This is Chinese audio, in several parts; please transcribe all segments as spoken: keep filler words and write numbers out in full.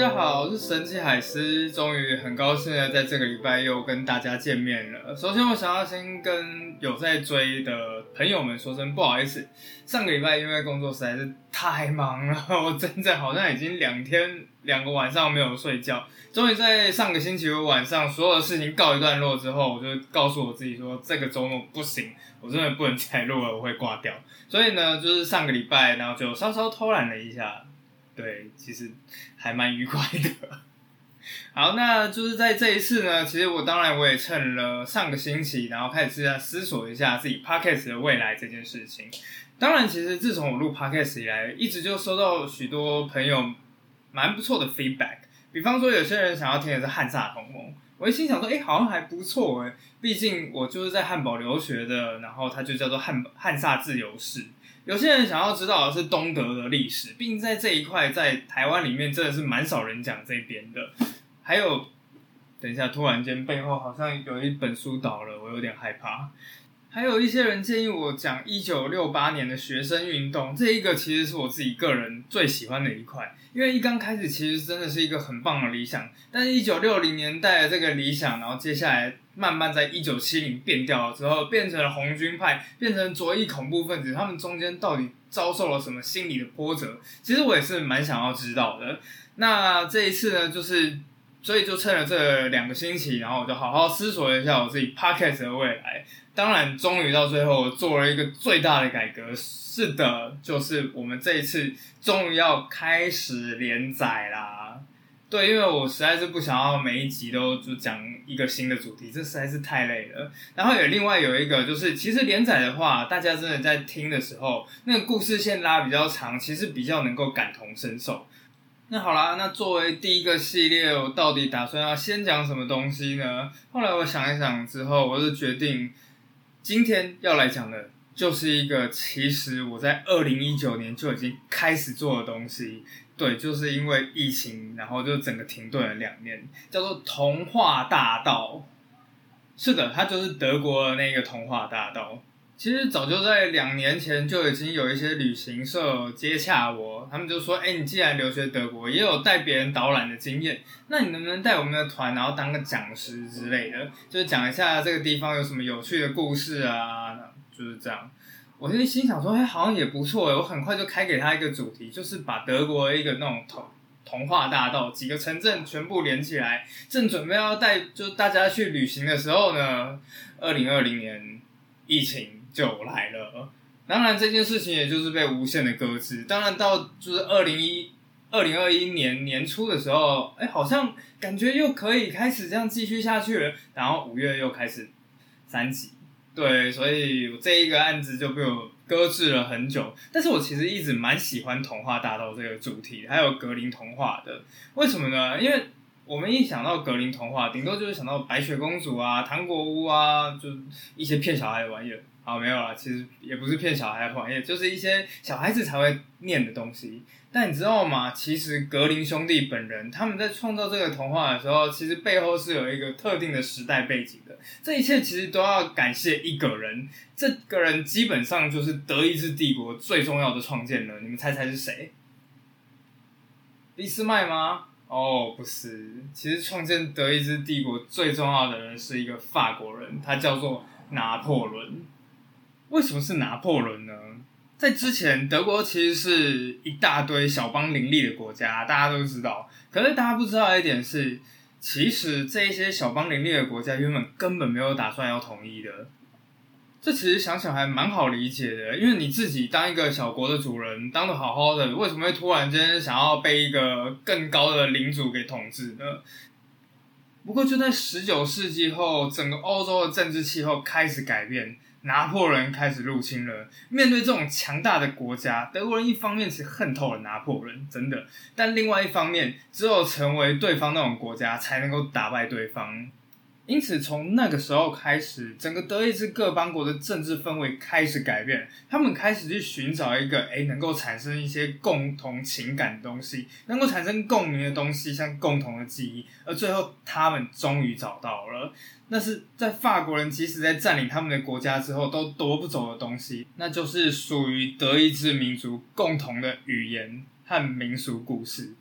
家好，我是神奇海狮，终于很高兴的在这个礼拜又跟大家见面了。首先，我想要先跟有在追的朋友们说声不好意思，上个礼拜因为工作实在是太忙了，我真的好像已经两天两个晚上没有睡觉。终于在上个星期五晚上，所有的事情告一段落之后，我就告诉我自己说，这个周末不行，我真的不能再录了，我会挂掉。所以呢，就是上个礼拜，然后就稍稍偷懒了一下。对，其实还蛮愉快的。好，那就是在这一次呢，其实我当然我也趁了上个星期，然后开始在思索一下自己 podcast 的未来这件事情。当然，其实自从我录 podcast 以来，一直就收到许多朋友蛮不错的 feedback。比方说，有些人想要听的是汉萨同盟，我一心想说，哎，好像还不错哎，毕竟我就是在汉堡留学的，然后它就叫做汉汉萨自由市。有些人想要知道的是东德的历史，并在这一块在台湾里面真的是蛮少人讲这边的。还有，等一下，突然间背后好像有一本书倒了，我有点害怕。还有一些人建议我讲一九六八年的学生运动，这一个其实是我自己个人最喜欢的一块，因为一刚开始其实真的是一个很棒的理想，但是一九六零年代的这个理想，然后接下来慢慢在一九七零变掉了之后，变成了红军派，变成左翼恐怖分子，他们中间到底遭受了什么心理的波折？其实我也是蛮想要知道的。那这一次呢，就是所以就趁了这两个星期，然后我就好好思索了一下我自己 podcast 的未来。当然，终于到最后，我做了一个最大的改革。是的，就是我们这一次终于要开始连载啦。对，因为我实在是不想要每一集都就讲一个新的主题，这实在是太累了。然后也另外有一个就是，其实连载的话，大家真的在听的时候，那个故事线拉比较长，其实比较能够感同身受。那好啦，那作为第一个系列，我到底打算要先讲什么东西呢？后来我想一想之后，我就决定今天要来讲的就是一个其实我在二零一九年就已经开始做的东西。对，就是因为疫情，然后就整个停顿了两年，叫做童话大道。是的，它就是德国的那个童话大道。其实早就在两年前就已经有一些旅行社接洽我，他们就说，哎，你既然留学德国，也有带别人导览的经验，那你能不能带我们的团，然后当个讲师之类的，就是讲一下这个地方有什么有趣的故事啊，就是这样。我就心想说，哎，好像也不错，我很快就开给他一个主题，就是把德国的一个那种童童话大道几个城镇全部连起来，正准备要带就是大家去旅行的时候呢，二零二零年疫情就来了。当然这件事情也就是被无限的搁置。当然到就是二零一二零二一年年初的时候，哎，好像感觉又可以开始这样继续下去了。然后五月又开始三级。对，所以这一个案子就被我搁置了很久。但是我其实一直蛮喜欢童话大道这个主题，还有格林童话的。为什么呢？因为我们一想到格林童话，顶多就是想到白雪公主啊、糖果屋啊，就一些骗小孩的玩意儿。好，没有啦，其实也不是骗小孩的玩意儿，就是一些小孩子才会念的东西。但你知道吗？其实格林兄弟本人他们在创造这个童话的时候，其实背后是有一个特定的时代背景的。这一切其实都要感谢一个人，这个人基本上就是德意志帝国最重要的创建人。你们猜猜是谁？俾斯麦吗？哦，不是。其实创建德意志帝国最重要的人是一个法国人，他叫做拿破仑。为什么是拿破仑呢？在之前，德国其实是一大堆小邦林立的国家，大家都知道。可是大家不知道的一点是，其实这一些小邦林立的国家原本根本没有打算要统一的。这其实想想还蛮好理解的，因为你自己当一个小国的主人，当得好好的，为什么会突然间想要被一个更高的领主给统治呢？不过就在十九世纪后，整个欧洲的政治气候开始改变。拿破仑开始入侵了。面对这种强大的国家，德国人一方面是恨透了拿破仑，真的，但另外一方面，只有成为对方那种国家，才能够打败对方。因此，从那个时候开始，整个德意志各邦国的政治氛围开始改变，他们开始去寻找一个诶能够产生一些共同情感的东西，能够产生共鸣的东西，像共同的记忆，而最后他们终于找到了。那是在法国人即使在占领他们的国家之后都夺不走的东西，那就是属于德意志民族共同的语言和民俗故事。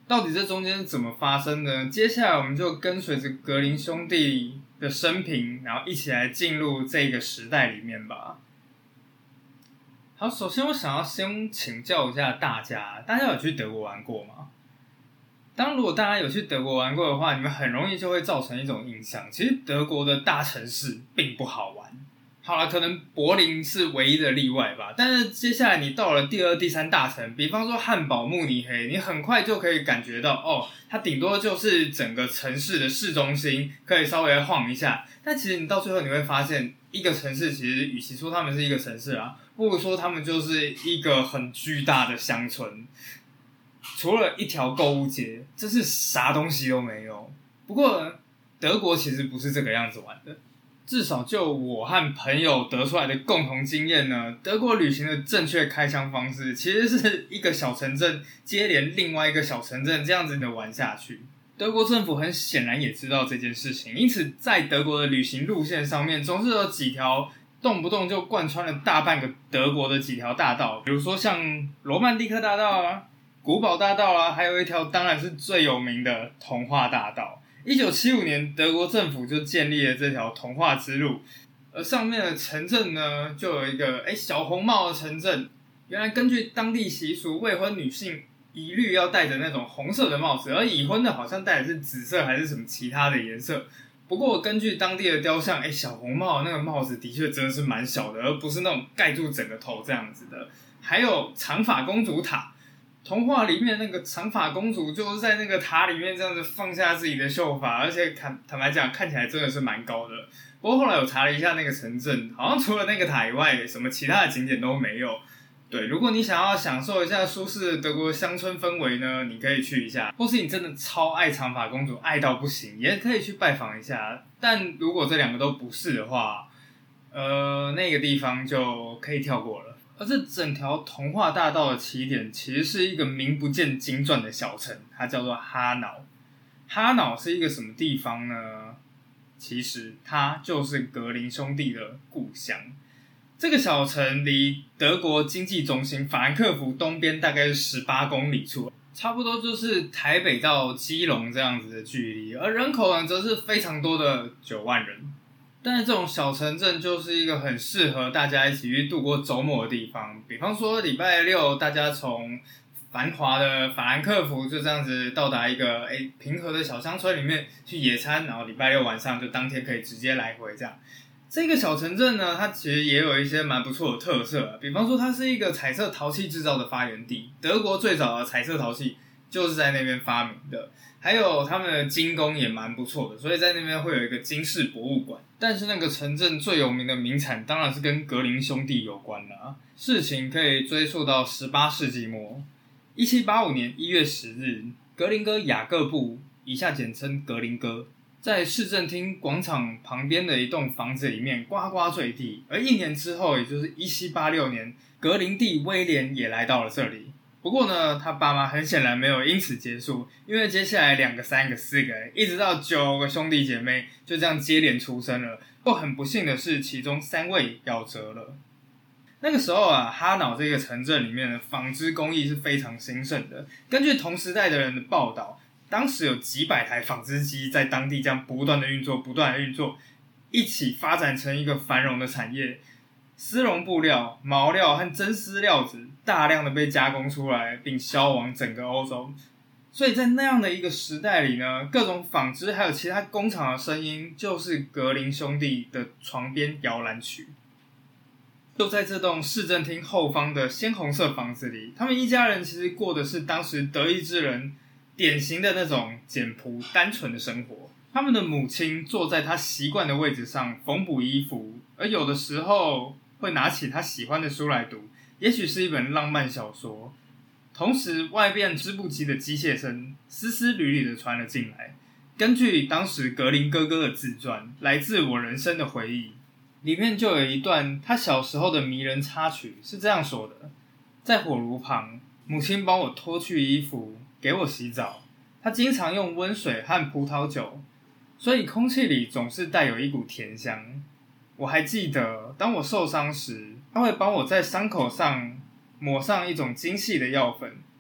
到底这中间是怎么发生的？接下来我们就跟随着格林兄弟的生平，然后一起来进入这个时代里面吧。好，首先我想要先请教一下大家，大家有去德国玩过吗？当如果大家有去德国玩过的话，你们很容易就会造成一种印象，其实德国的大城市并不好玩。好了，可能柏林是唯一的例外吧，但是接下来你到了第二、第三大城，比方说汉堡、慕尼黑，你很快就可以感觉到，哦，它顶多就是整个城市的市中心，可以稍微晃一下。但其实你到最后你会发现，一个城市其实与其说他们是一个城市啊，不如说他们就是一个很巨大的乡村。除了一条购物街，这是啥东西都没有。不过德国其实不是这个样子玩的。至少就我和朋友得出来的共同经验呢，德国旅行的正确开箱方式其实是一个小城镇接连另外一个小城镇这样子的玩下去。德国政府很显然也知道这件事情，因此在德国的旅行路线上面总是有几条动不动就贯穿了大半个德国的几条大道，比如说像罗曼蒂克大道啊、古堡大道啊，还有一条当然是最有名的童话大道。一九七五年，德国政府就建立了这条童话之路，而上面的城镇呢，就有一个哎小红帽的城镇。原来根据当地习俗，未婚女性一律要戴着那种红色的帽子，而已婚的好像戴的是紫色还是什么其他的颜色。不过根据当地的雕像，哎，小红帽那个帽子的确真的是蛮小的，而不是那种盖住整个头这样子的。还有长发公主塔。童话里面那个长发公主就是在那个塔里面这样子放下自己的秀发，而且坦坦白讲看起来真的是蛮高的。不过后来我查了一下那个城镇，好像除了那个塔以外，什么其他的景点都没有。对，如果你想要享受一下舒适的德国乡村氛围呢，你可以去一下；或是你真的超爱长发公主，爱到不行，也可以去拜访一下。但如果这两个都不是的话，呃，那个地方就可以跳过了。而这整条童话大道的起点其实是一个名不见经传的小城，它叫做哈瑙。哈瑙是一个什么地方呢？其实它就是格林兄弟的故乡。这个小城离德国经济中心法兰克福东边大概是十八公里处，差不多就是台北到基隆这样子的距离，而人口呢则是非常多的九万人。但是这种小城镇就是一个很适合大家一起去度过周末的地方，比方说礼拜六大家从繁华的法兰克福就这样子到达一个诶平和的小乡村里面去野餐，然后礼拜六晚上就当天可以直接来回这样。这个小城镇呢，它其实也有一些蛮不错的特色，比方说它是一个彩色陶器制造的发源地，德国最早的彩色陶器就是在那边发明的。还有他们的金工也蛮不错的，所以在那边会有一个金氏博物馆。但是那个城镇最有名的名产当然是跟格林兄弟有关啦。事情可以追溯到十八世纪末，一七八五年一月十日，格林哥雅各布（以下简称格林哥）在市政厅广场旁边的一栋房子里面呱呱坠地，而一年之后，也就是一七八六年，格林弟威廉也来到了这里。不过呢，他爸妈很显然没有因此结束，因为接下来两个、三个、四个，一直到九个兄弟姐妹就这样接连出生了。不过很不幸的是，其中三位夭折了。那个时候啊，哈瑙这个城镇里面的纺织工艺是非常兴盛的。根据同时代的人的报道，当时有几百台纺织机在当地这样不断的运作，不断的运作，一起发展成一个繁荣的产业。丝绒布料、毛料和真丝料子大量的被加工出来，并销往整个欧洲。所以在那样的一个时代里呢，各种纺织还有其他工厂的声音，就是格林兄弟的床边摇篮曲。就在这栋市政厅后方的鲜红色房子里，他们一家人其实过的是当时德意志人典型的那种简朴单纯的生活。他们的母亲坐在他习惯的位置上缝补衣服，而有的时候会拿起他喜欢的书来读，也许是一本浪漫小说。同时外边织布机的机械声丝丝缕缕的传了进来。根据当时格林哥哥的自传《来自我人生的回忆》，里面就有一段他小时候的迷人插曲，是这样说的：在火炉旁，母亲帮我脱去衣服，给我洗澡。她经常用温水和葡萄酒，所以空气里总是带有一股甜香。我还记得，当我受伤时，她会帮我在伤口上抹上一种精细的药粉，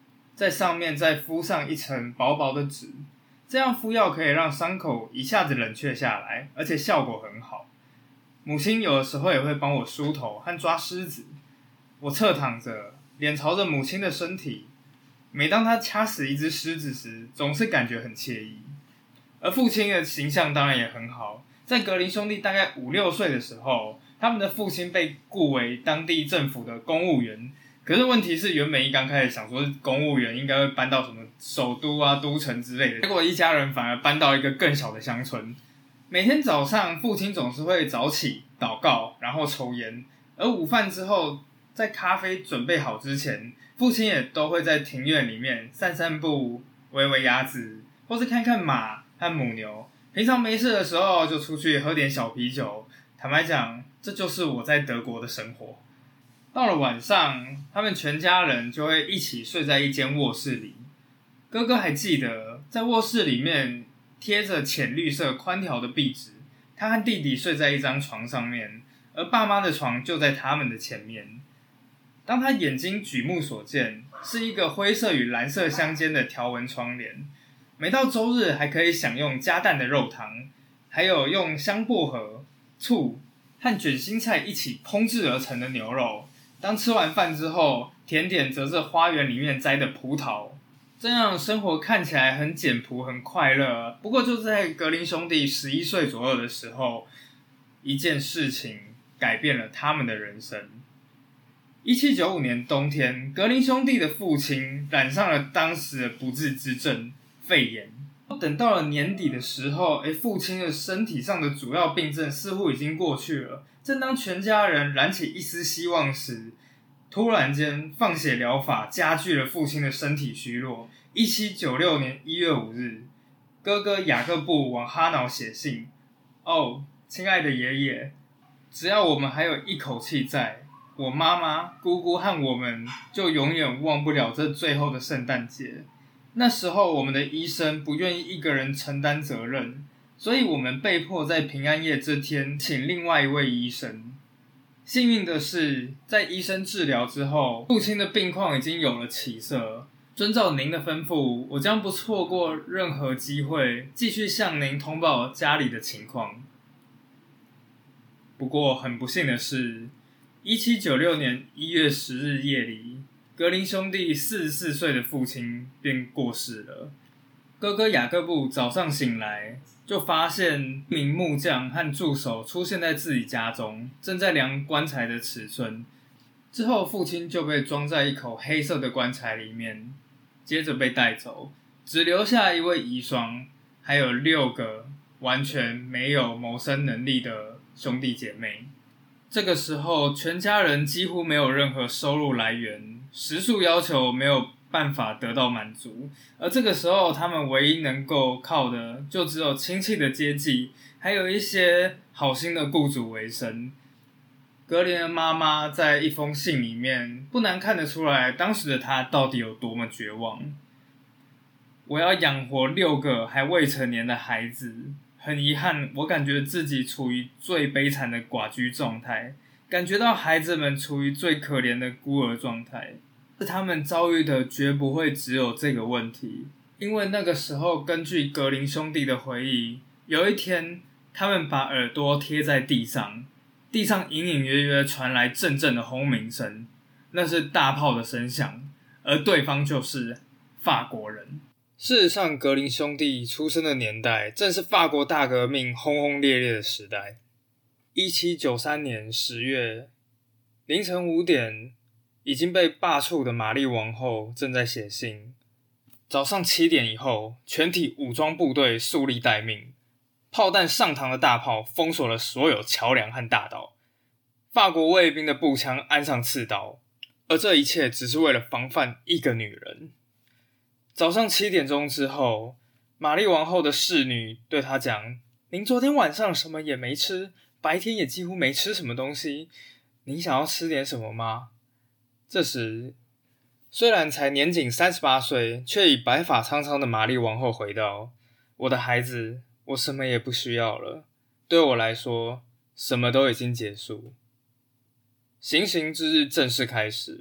在上面再敷上一层薄薄的纸，这样敷药可以让伤口一下子冷却下来，而且效果很好。母亲有的时候也会帮我梳头和抓虱子。我侧躺着，脸朝着母亲的身体，每当她掐死一只虱子时，总是感觉很惬意。而父亲的形象当然也很好，在格林兄弟大概五六岁的时候，他们的父亲被雇为当地政府的公务员。可是问题是，原本一刚开始想说公务员应该会搬到什么首都啊、都城之类的，结果一家人反而搬到一个更小的乡村。每天早上，父亲总是会早起祷告，然后抽烟。而午饭之后，在咖啡准备好之前，父亲也都会在庭院里面散散步、喂喂鸭子，或是看看马和母牛。平常没事的时候，就出去喝点小啤酒。坦白讲，这就是我在德国的生活。到了晚上，他们全家人就会一起睡在一间卧室里。哥哥还记得，在卧室里面贴着浅绿色宽条的壁纸，他和弟弟睡在一张床上面，而爸妈的床就在他们的前面。当他眼睛举目所见，是一个灰色与蓝色相间的条纹窗帘。每到周日还可以享用加蛋的肉汤，还有用香薄荷、醋和卷心菜一起烹制而成的牛肉。当吃完饭之后，甜点则是花园里面摘的葡萄。这样的生活看起来很简朴很快乐，不过就在格林兄弟十一岁左右的时候，一件事情改变了他们的人生。一七九五年冬天，格林兄弟的父亲染上了当时的不治之症肺炎。等到了年底的时候，诶，父亲的身体上的主要病症似乎已经过去了。正当全家人燃起一丝希望时，突然间放血疗法加剧了父亲的身体虚弱。一七九六年一月五日，哥哥雅各布往哈瑙写信：哦，亲爱的爷爷，只要我们还有一口气在，我妈妈、姑姑和我们就永远忘不了这最后的圣诞节。那时候我们的医生不愿意一个人承担责任，所以我们被迫在平安夜这天请另外一位医生。幸运的是，在医生治疗之后，父亲的病况已经有了起色。遵照您的吩咐，我将不错过任何机会继续向您通报家里的情况。不过很不幸的是，一七九六年一月十日夜里，格林兄弟四十四岁的父亲便过世了。哥哥雅各布早上醒来，就发现一名木匠和助手出现在自己家中，正在量棺材的尺寸。之后，父亲就被装在一口黑色的棺材里面，接着被带走，只留下一位遗孀，还有六个完全没有谋生能力的兄弟姐妹。这个时候，全家人几乎没有任何收入来源，食宿要求没有办法得到满足，而这个时候他们唯一能够靠的就只有亲戚的接济，还有一些好心的雇主为生。格林的妈妈在一封信里面不难看得出来，当时的她到底有多么绝望。我要养活六个还未成年的孩子，很遗憾，我感觉自己处于最悲惨的寡居状态，感觉到孩子们处于最可怜的孤儿状态。他们遭遇的绝不会只有这个问题，因为那个时候根据格林兄弟的回忆，有一天他们把耳朵贴在地上，地上隐隐约约传来阵阵的轰鸣声，那是大炮的声响，而对方就是法国人。事实上，格林兄弟出生的年代正是法国大革命轰轰烈烈的时代。一七九三年十月凌晨五点，已经被罢黜的玛丽王后正在写信。早上七点以后，全体武装部队肃立待命，炮弹上膛的大炮封锁了所有桥梁和大道，法国卫兵的步枪安上刺刀，而这一切只是为了防范一个女人。早上七点钟之后，玛丽王后的侍女对她讲：您昨天晚上什么也没吃，白天也几乎没吃什么东西，您想要吃点什么吗？这时，虽然才年仅三十八岁，却已白发苍苍的玛丽王后回道：我的孩子，我什么也不需要了，对我来说，什么都已经结束。行刑之日正式开始，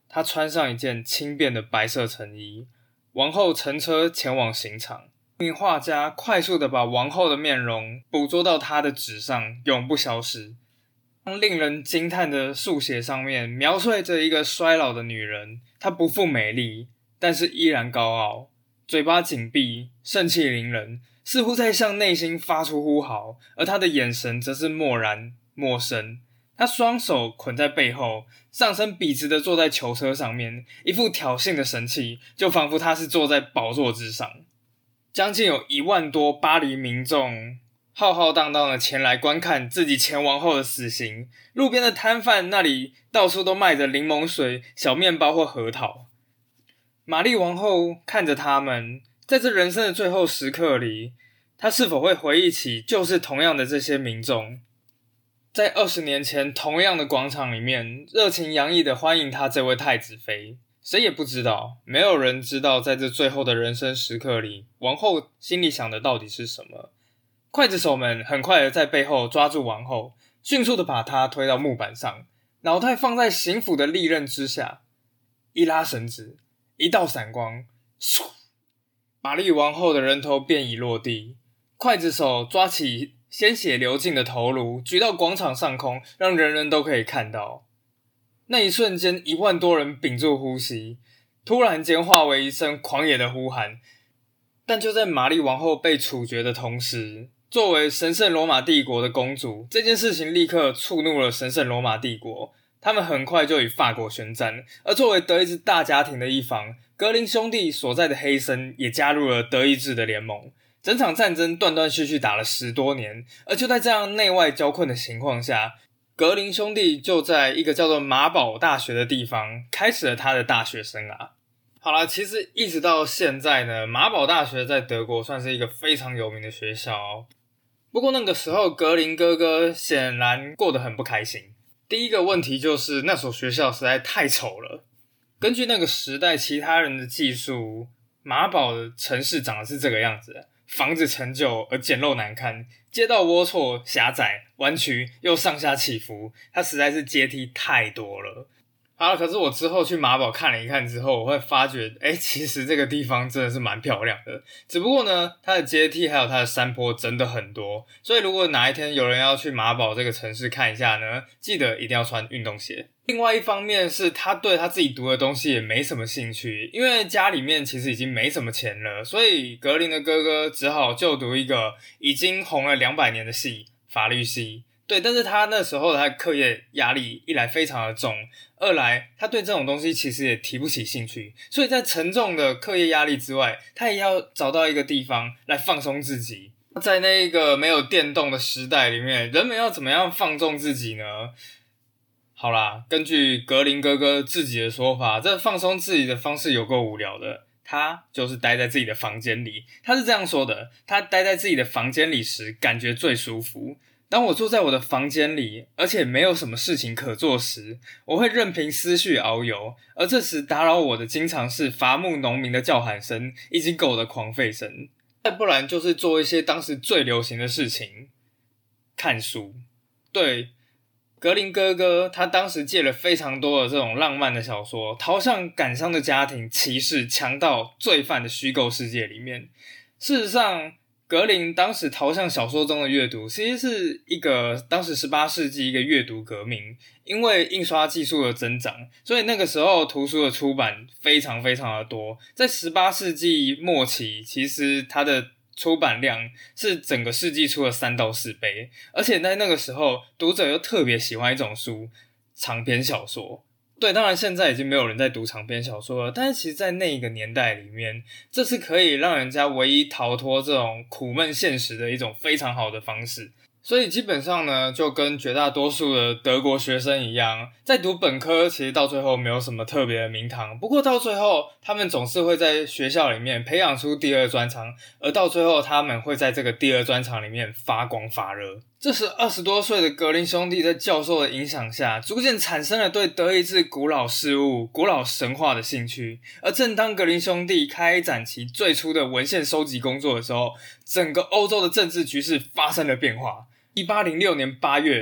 他穿上一件轻便的白色衬衣，王后乘车前往刑场。一名画家快速地把王后的面容捕捉到他的纸上，永不消失。令人惊叹的速写上面描绘着一个衰老的女人，她不复美丽，但是依然高傲，嘴巴紧闭，盛气凌人，似乎在向内心发出呼号，而她的眼神则是漠然陌生。她双手捆在背后，上身笔直地坐在囚车上面，一副挑衅的神气，就仿佛她是坐在宝座之上。将近有一万多巴黎民众浩浩荡荡的前来观看自己前王后的死刑，路边的摊贩那里到处都卖着柠檬水、小面包或核桃。玛丽王后看着他们，在这人生的最后时刻里，她是否会回忆起就是同样的这些民众，在二十年前同样的广场里面热情洋溢的欢迎她这位太子妃。谁也不知道，没有人知道在这最后的人生时刻里，王后心里想的到底是什么。刽子手们很快的在背后抓住王后，迅速的把她推到木板上，脑袋放在刑斧的利刃之下，一拉绳子，一道闪光，唰，玛丽王后的人头便已落地。刽子手抓起鲜血流尽的头颅，举到广场上空，让人人都可以看到。那一瞬间，一万多人屏住呼吸，突然间化为一声狂野的呼喊。但就在玛丽王后被处决的同时，作为神圣罗马帝国的公主，这件事情立刻触怒了神圣罗马帝国，他们很快就与法国宣战。而作为德意志大家庭的一方，格林兄弟所在的黑森也加入了德意志的联盟。整场战争断断续续打了十多年，而就在这样内外交困的情况下，格林兄弟就在一个叫做马堡大学的地方开始了他的大学生涯。好啦，其实一直到现在呢，马堡大学在德国算是一个非常有名的学校哦。不过那个时候格林哥哥显然过得很不开心。第一个问题就是那所学校实在太丑了。根据那个时代其他人的技术，马堡的城市长得是这个样子的，房子陈旧而简陋难看，街道龌龊狭窄弯曲又上下起伏，它实在是阶梯太多了。好了，可是我之后去马堡看了一看之后，我会发觉诶其实这个地方真的是蛮漂亮的，只不过呢它的阶梯还有它的山坡真的很多，所以如果哪一天有人要去马堡这个城市看一下呢，记得一定要穿运动鞋。另外一方面是他对他自己读的东西也没什么兴趣，因为家里面其实已经没什么钱了，所以格林的哥哥只好就读一个已经红了两百年的系，法律系。对，但是他那时候他的课业压力一来非常的重，二来他对这种东西其实也提不起兴趣，所以在沉重的课业压力之外，他也要找到一个地方来放松自己。在那个没有电动的时代里面，人们要怎么样放纵自己呢？好啦，根据格林哥哥自己的说法，这放松自己的方式有够无聊的，他就是待在自己的房间里。他是这样说的，他待在自己的房间里时感觉最舒服。当我坐在我的房间里，而且没有什么事情可做时，我会任凭思绪遨游，而这时打扰我的经常是伐木农民的叫喊声以及狗的狂吠声，再不然就是做一些当时最流行的事情，看书。对，格林哥哥他当时借了非常多的这种浪漫的小说，逃向感伤的家庭、歧视、强盗、罪犯的虚构世界里面。事实上格林当时逃向小说中的阅读，其实是一个当时十八世纪一个阅读革命，因为印刷技术的增长，所以那个时候图书的出版非常非常的多。在十八世纪末期，其实它的出版量是整个世纪初的三到四倍，而且在那个时候，读者又特别喜欢一种书，长篇小说。对，当然现在已经没有人在读长篇小说了，但是其实在那个年代里面，这是可以让人家唯一逃脱这种苦闷现实的一种非常好的方式。所以基本上呢，就跟绝大多数的德国学生一样，在读本科其实到最后没有什么特别的名堂，不过到最后他们总是会在学校里面培养出第二专长，而到最后他们会在这个第二专长里面发光发热。这时二十多岁的格林兄弟在教授的影响下，逐渐产生了对德意志古老事物、古老神话的兴趣。而正当格林兄弟开展其最初的文献收集工作的时候，整个欧洲的政治局势发生了变化。一八零六年八月，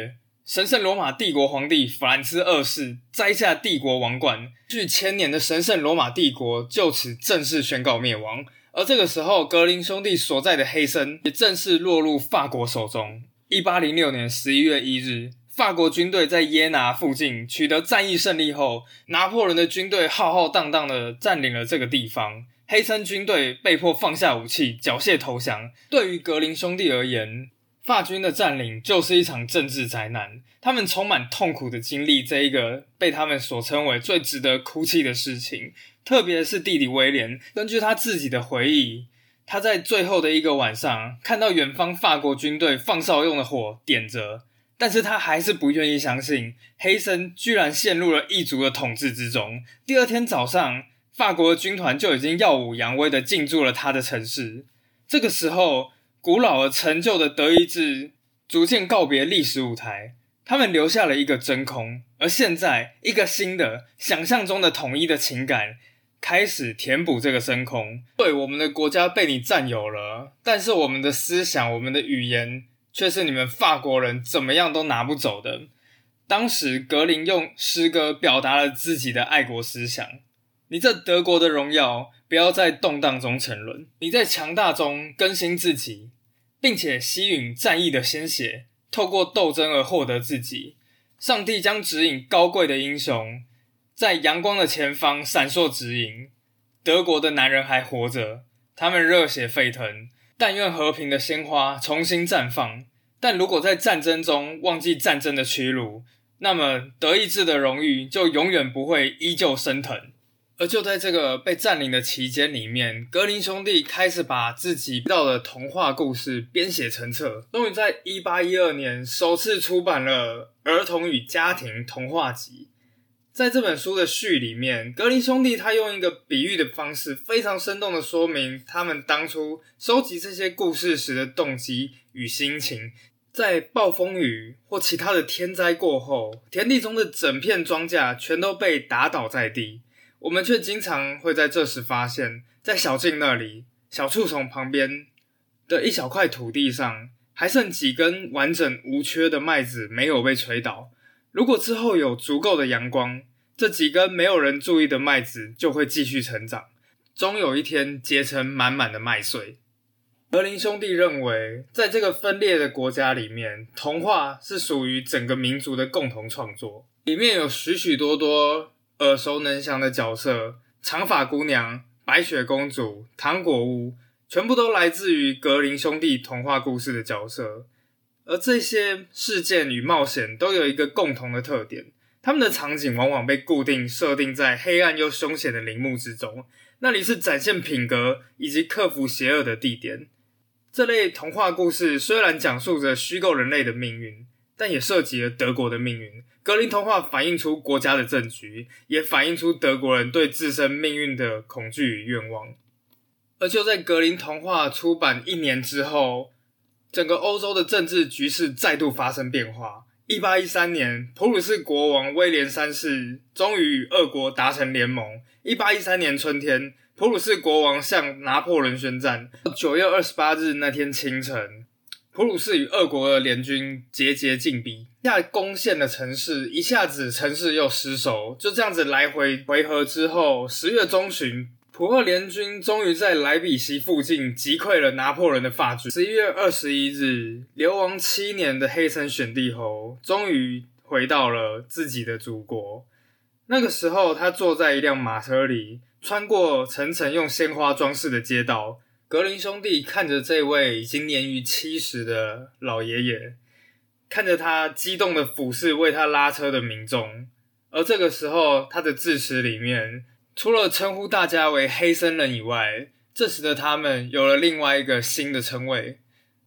神圣罗马帝国皇帝法兰兹二世摘下帝国王冠，距千年的神圣罗马帝国就此正式宣告灭亡。而这个时候，格林兄弟所在的黑森也正式落入法国手中。一八零六年十一月一日，法国军队在耶拿附近取得战役胜利后，拿破仑的军队浩浩荡荡地占领了这个地方。黑森军队被迫放下武器，缴械投降。对于格林兄弟而言，法军的占领就是一场政治灾难，他们充满痛苦的经历这一个被他们所称为最值得哭泣的事情。特别是弟弟威廉，根据他自己的回忆，他在最后的一个晚上看到远方法国军队放哨用的火点着，但是他还是不愿意相信黑森居然陷入了异族的统治之中。第二天早上，法国的军团就已经耀武扬威地进驻了他的城市。这个时候，古老而陈旧的德意志逐渐告别历史舞台，他们留下了一个真空，而现在一个新的想象中的统一的情感开始填补这个真空。对，我们的国家被你占有了，但是我们的思想，我们的语言却是你们法国人怎么样都拿不走的。当时格林用诗歌表达了自己的爱国思想，你这德国的荣耀不要在动荡中沉沦，你在强大中更新自己，并且吸吮战役的鲜血，透过斗争而获得自己。上帝将指引高贵的英雄在阳光的前方闪烁指引。德国的男人还活着，他们热血沸腾，但愿和平的鲜花重新绽放。但如果在战争中忘记战争的屈辱，那么德意志的荣誉就永远不会依旧升腾。而就在这个被占领的期间里面，格林兄弟开始把自己遇到的童话故事编写成册，终于在一八一二年首次出版了《儿童与家庭童话集》。在这本书的序里面，格林兄弟他用一个比喻的方式非常生动的说明他们当初收集这些故事时的动机与心情。在暴风雨或其他的天灾过后，田地中的整片庄稼全都被打倒在地，我们却经常会在这时发现，在小径那里，小树丛旁边的一小块土地上，还剩几根完整无缺的麦子没有被吹倒。如果之后有足够的阳光，这几根没有人注意的麦子就会继续成长，终有一天结成满满的麦穗。格林兄弟认为，在这个分裂的国家里面，童话是属于整个民族的共同创作，里面有许许多多耳熟能详的角色，长发姑娘、白雪公主、糖果屋，全部都来自于格林兄弟童话故事的角色。而这些事件与冒险都有一个共同的特点，他们的场景往往被固定设定在黑暗又凶险的陵墓之中，那里是展现品格以及克服邪恶的地点。这类童话故事虽然讲述着虚构人类的命运，但也涉及了德国的命运。格林童话反映出国家的政局，也反映出德国人对自身命运的恐惧与愿望。而就在格林童话出版一年之后，整个欧洲的政治局势再度发生变化。一八一三年，普鲁士国王威廉三世终于与俄国达成联盟。一八一三年春天，普鲁士国王向拿破仑宣战。九月二十八日那天清晨，普鲁士与俄国的联军节节进逼，一下攻陷了城市，一下子城市又失守，就这样子来回回合之后，十月中旬，普俄联军终于在莱比锡附近击溃了拿破仑的法军。十一月二十一日，流亡七年的黑森选帝侯终于回到了自己的祖国。那个时候，他坐在一辆马车里，穿过层层用鲜花装饰的街道。格林兄弟看着这位已经年逾七十的老爷爷，看着他激动的俯视为他拉车的民众。而这个时候，他的致辞里面除了称呼大家为黑森人以外，这时的他们有了另外一个新的称谓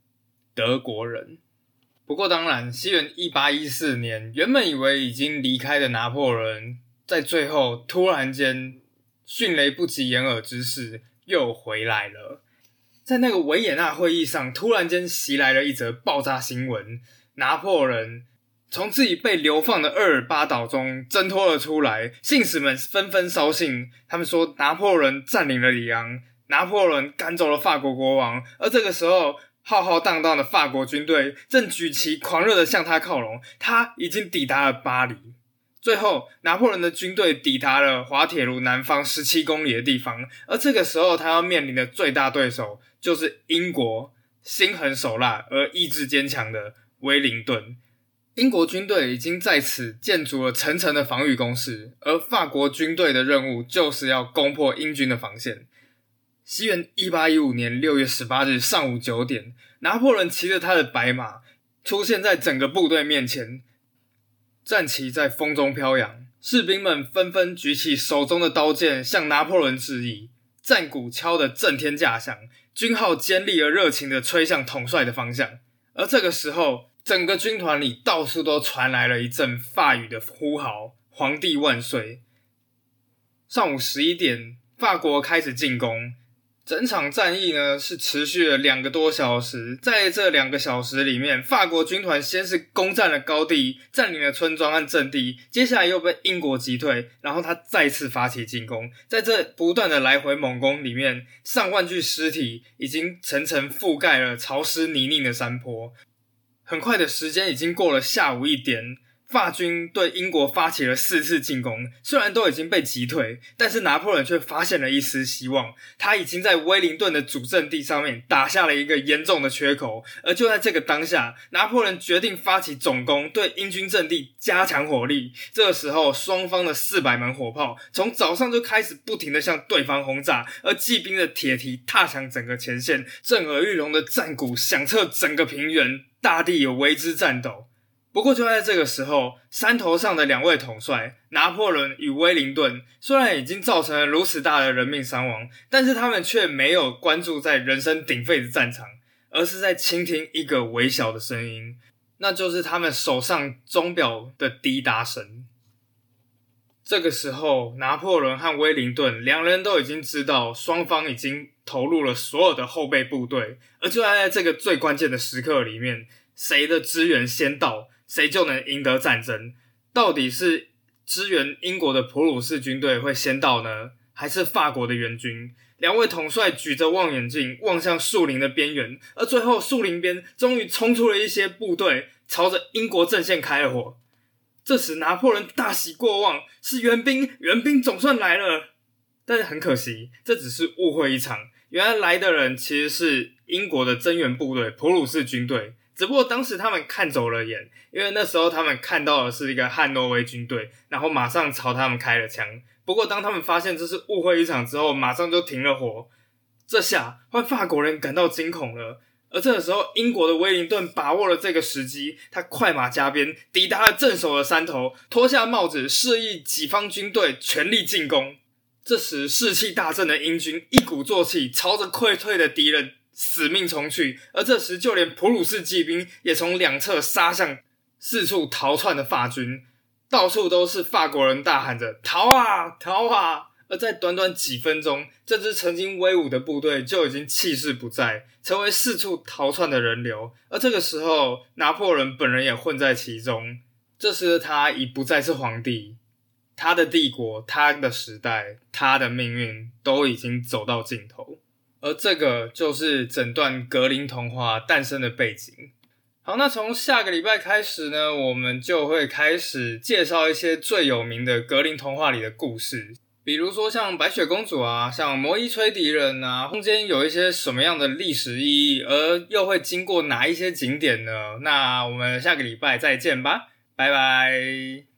——德国人。不过当然，西元一八一四年，原本以为已经离开的拿破仑，在最后突然间迅雷不及掩耳之势又回来了。在那个维也纳会议上，突然间袭来了一则爆炸新闻：拿破仑从自己被流放的厄尔巴岛中挣脱了出来，信使们纷纷捎信，他们说拿破仑占领了里昂，拿破仑赶走了法国国王。而这个时候， 浩浩荡荡的法国军队正举旗狂热的向他靠拢，他已经抵达了巴黎。最后，拿破仑的军队抵达了滑铁卢南方十七公里的地方，而这个时候他要面临的最大对手就是英国心狠手辣而意志坚强的威灵顿。英国军队已经在此建筑了层层的防御工事，而法国军队的任务就是要攻破英军的防线。西元一八一五年六月十八日上午九点，拿破仑骑着他的白马出现在整个部队面前，战旗在风中飘扬，士兵们纷纷举起手中的刀剑向拿破仑致意，战鼓敲得震天价响，军号尖利而热情地吹向统帅的方向。而这个时候，整个军团里到处都传来了一阵法语的呼号：皇帝万岁！上午十一点，法国开始进攻。整场战役呢是持续了两个多小时，在这两个小时里面，法国军团先是攻占了高地，占领了村庄和阵地，接下来又被英国击退，然后他再次发起进攻。在这不断的来回猛攻里面，上万具尸体已经层层覆盖了潮湿泥泞的山坡。很快的时间已经过了下午一点，法军对英国发起了四次进攻，虽然都已经被击退，但是拿破仑却发现了一丝希望，他已经在威灵顿的主阵地上面打下了一个严重的缺口。而就在这个当下，拿破仑决定发起总攻，对英军阵地加强火力。这个时候，双方的四百门火炮从早上就开始不停地向对方轰炸，而骑兵的铁蹄踏响整个前线，震耳欲聋的战鼓响彻整个平原，大地有为之颤抖。不过就在这个时候，山头上的两位统帅拿破仑与威灵顿虽然已经造成了如此大的人命伤亡，但是他们却没有关注在人声鼎沸的战场，而是在倾听一个微小的声音，那就是他们手上钟表的滴答声。这个时候，拿破仑和威灵顿两人都已经知道双方已经投入了所有的后备部队，而就在这个最关键的时刻里面，谁的支援先到，谁就能赢得战争。到底是支援英国的普鲁士军队会先到呢，还是法国的援军？两位统帅举着望远镜望向树林的边缘，而最后树林边终于冲出了一些部队，朝着英国阵线开了火。这时拿破仑大喜过望，是援兵，援兵总算来了。但是很可惜，这只是误会一场，原来来的人其实是英国的增援部队普鲁士军队，只不过当时他们看走了眼，因为那时候他们看到的是一个汉诺威军队，然后马上朝他们开了枪。不过当他们发现这是误会一场之后，马上就停了火。这下换法国人感到惊恐了，而这个时候英国的威灵顿把握了这个时机，他快马加鞭抵达了镇守的山头，脱下帽子示意己方军队全力进攻。这时士气大振的英军一鼓作气朝着溃退的敌人死命冲去，而这时就连普鲁士骑兵也从两侧杀向四处逃窜的法军，到处都是法国人大喊着逃啊逃啊。而在短短几分钟，这支曾经威武的部队就已经气势不在，成为四处逃窜的人流。而这个时候，拿破仑本人也混在其中。这时的他已不再是皇帝，他的帝国，他的时代，他的命运都已经走到尽头。而这个就是整段格林童话诞生的背景。好，那从下个礼拜开始呢，我们就会开始介绍一些最有名的格林童话里的故事，比如说像白雪公主啊，像魔衣吹笛人啊，中间有一些什么样的历史意义，而又会经过哪一些景点呢？那我们下个礼拜再见吧，拜拜。